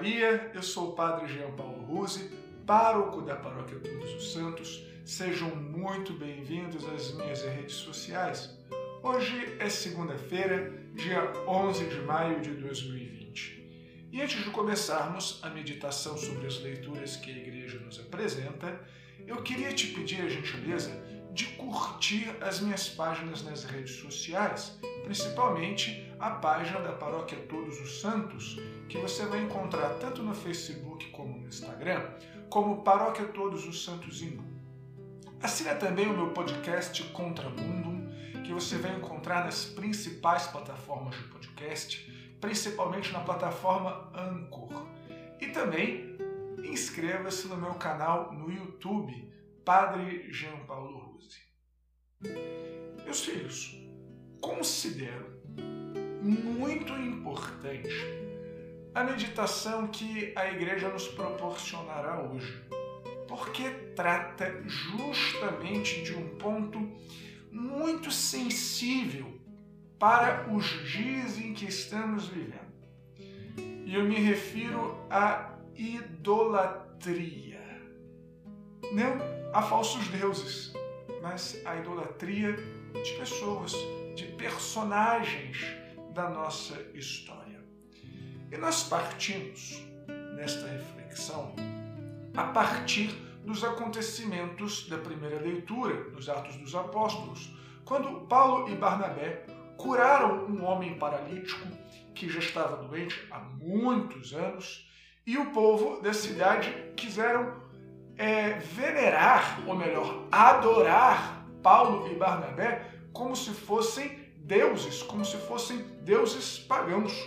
Maria, eu sou o Padre Jean Paulo Ruse, pároco da Paróquia Todos os Santos. Sejam muito bem-vindos às minhas redes sociais. Hoje é segunda-feira, dia 11 de maio de 2020. E antes de começarmos a meditação sobre as leituras que a Igreja nos apresenta, eu queria te pedir a gentileza de curtir as minhas páginas nas redes sociais, principalmente a página da Paróquia Todos os Santos, que você vai encontrar tanto no Facebook como no Instagram, como Paróquia Todos os Santos Ingo. Assina também o meu podcast Contramundum, que você vai encontrar nas principais plataformas de podcast, principalmente na plataforma Anchor. E também inscreva-se no meu canal no YouTube, Padre Jean Paulo Ruse. Meus filhos, considero muito importante a meditação que a Igreja nos proporcionará hoje, porque trata justamente de um ponto muito sensível para os dias em que estamos vivendo. E eu me refiro à idolatria. Não a falsos deuses, mas a idolatria de pessoas, de personagens da nossa história. E nós partimos nesta reflexão a partir dos acontecimentos da primeira leitura dos Atos dos Apóstolos, quando Paulo e Barnabé curaram um homem paralítico que já estava doente há muitos anos, e o povo da cidade quiseram venerar, ou melhor, adorar Paulo e Barnabé como se fossem deuses, pagãos.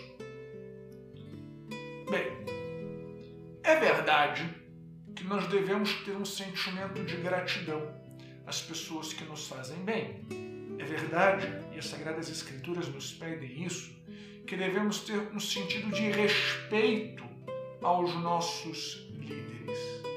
Bem, é verdade que nós devemos ter um sentimento de gratidão às pessoas que nos fazem bem. É verdade, e as Sagradas Escrituras nos pedem isso, que devemos ter um sentido de respeito aos nossos líderes.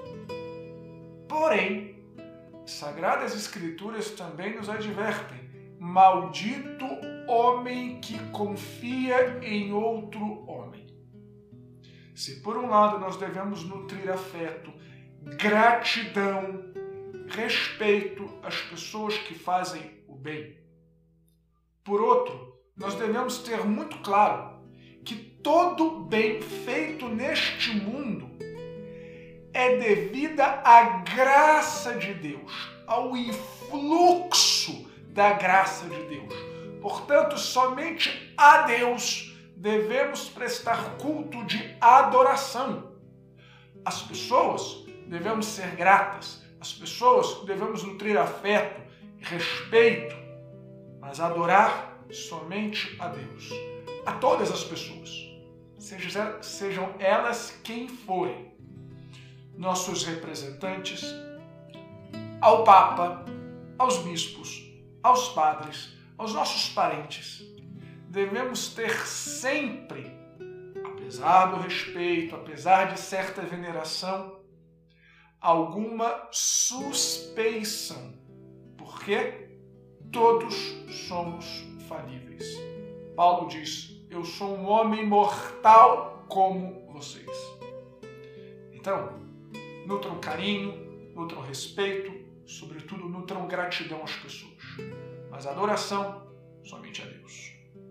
Porém, as Sagradas Escrituras também nos advertem: maldito homem que confia em outro homem. Se por um lado nós devemos nutrir afeto, gratidão, respeito às pessoas que fazem o bem, por outro, nós devemos ter muito claro que todo bem feito neste mundo é devida à graça de Deus, ao influxo da graça de Deus. Portanto, somente a Deus devemos prestar culto de adoração. As pessoas devemos ser gratas, as pessoas devemos nutrir afeto e respeito, mas adorar somente a Deus, a todas as pessoas, sejam elas quem forem, nossos representantes, ao Papa, aos bispos, aos padres, aos nossos parentes. Devemos ter sempre, apesar do respeito, apesar de certa veneração, alguma suspeição, porque todos somos falíveis. Paulo diz: eu sou um homem mortal como vocês. Então, nutram carinho, nutram respeito, sobretudo nutram gratidão às pessoas, mas adoração somente a Deus.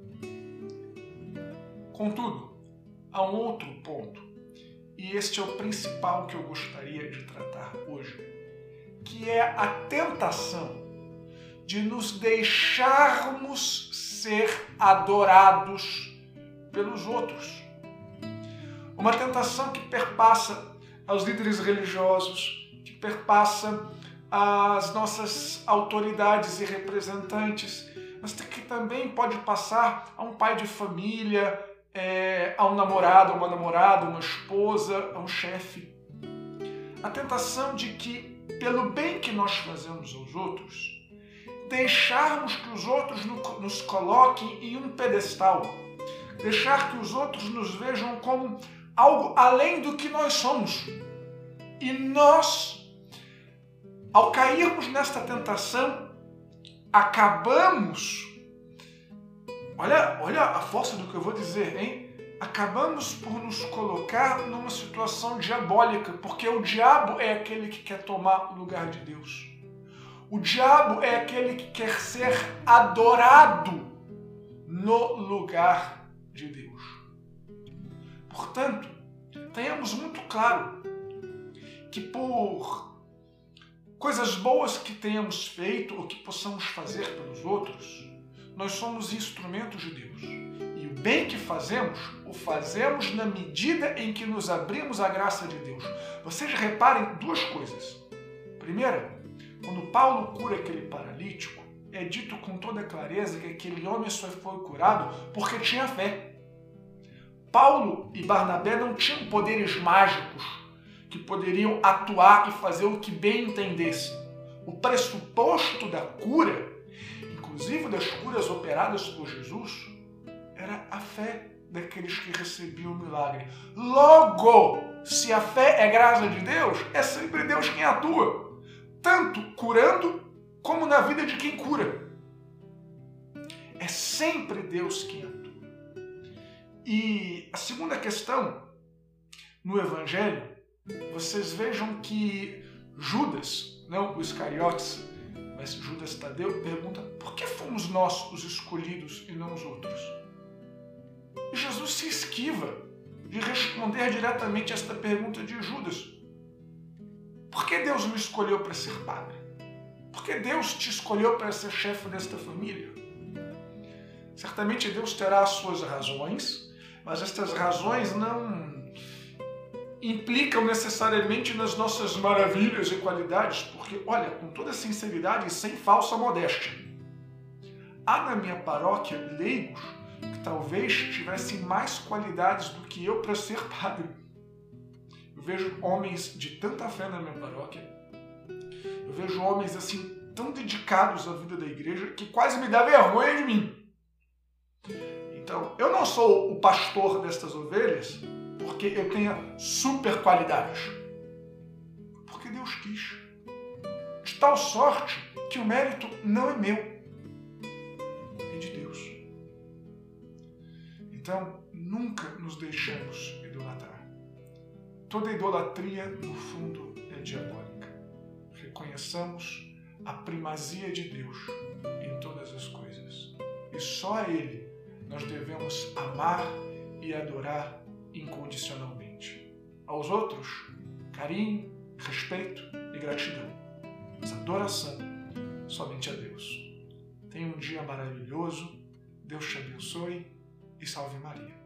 Contudo, há um outro ponto, e este é o principal que eu gostaria de tratar hoje, que é a tentação de nos deixarmos ser adorados pelos outros. Uma tentação que perpassa aos líderes religiosos, que perpassa as nossas autoridades e representantes, mas que também pode passar a um pai de família, a um namorado, a uma namorada, uma esposa, a um chefe. A tentação de que, pelo bem que nós fazemos aos outros, deixarmos que os outros nos coloquem em um pedestal, deixar que os outros nos vejam como algo além do que nós somos. E nós, ao cairmos nesta tentação, acabamos, olha a força do que eu vou dizer, hein? acabamos por nos colocar numa situação diabólica, porque o diabo é aquele que quer tomar o lugar de Deus. O diabo é aquele que quer ser adorado no lugar de Deus. Portanto, tenhamos muito claro que por coisas boas que tenhamos feito ou que possamos fazer pelos outros, nós somos instrumentos de Deus. E o bem que fazemos, o fazemos na medida em que nos abrimos à graça de Deus. Vocês reparem duas coisas. Primeira, quando Paulo cura aquele paralítico, é dito com toda clareza que aquele homem só foi curado porque tinha fé. Paulo e Barnabé não tinham poderes mágicos que poderiam atuar e fazer o que bem entendessem. O pressuposto da cura, inclusive das curas operadas por Jesus, era a fé daqueles que recebiam o milagre. Logo, se a fé é graça de Deus, é sempre Deus quem atua, tanto curando como na vida de quem cura. É sempre Deus quem atua. E a segunda questão, no Evangelho, vocês vejam que Judas, não os Iscariotes, mas Judas Tadeu, pergunta: por que fomos nós os escolhidos e não os outros? E Jesus se esquiva de responder diretamente esta pergunta de Judas. Por que Deus me escolheu para ser padre? Por que Deus te escolheu para ser chefe desta família? Certamente Deus terá as suas razões, mas estas razões não implicam necessariamente nas nossas maravilhas e qualidades, porque, olha, com toda sinceridade e sem falsa modéstia, há na minha paróquia leigos que talvez tivessem mais qualidades do que eu para ser padre. Eu vejo homens de tanta fé na minha paróquia, eu vejo homens assim tão dedicados à vida da igreja que quase me dá vergonha de mim. Então, eu não sou o pastor destas ovelhas porque eu tenha super qualidades. Porque Deus quis. De tal sorte que o mérito não é meu, é de Deus. Então, nunca nos deixemos idolatrar. Toda idolatria, no fundo, é diabólica. Reconheçamos a primazia de Deus em todas as coisas. E só a Ele nós devemos amar e adorar incondicionalmente. Aos outros, carinho, respeito e gratidão. Mas adoração somente a Deus. Tenha um dia maravilhoso. Deus te abençoe e salve Maria.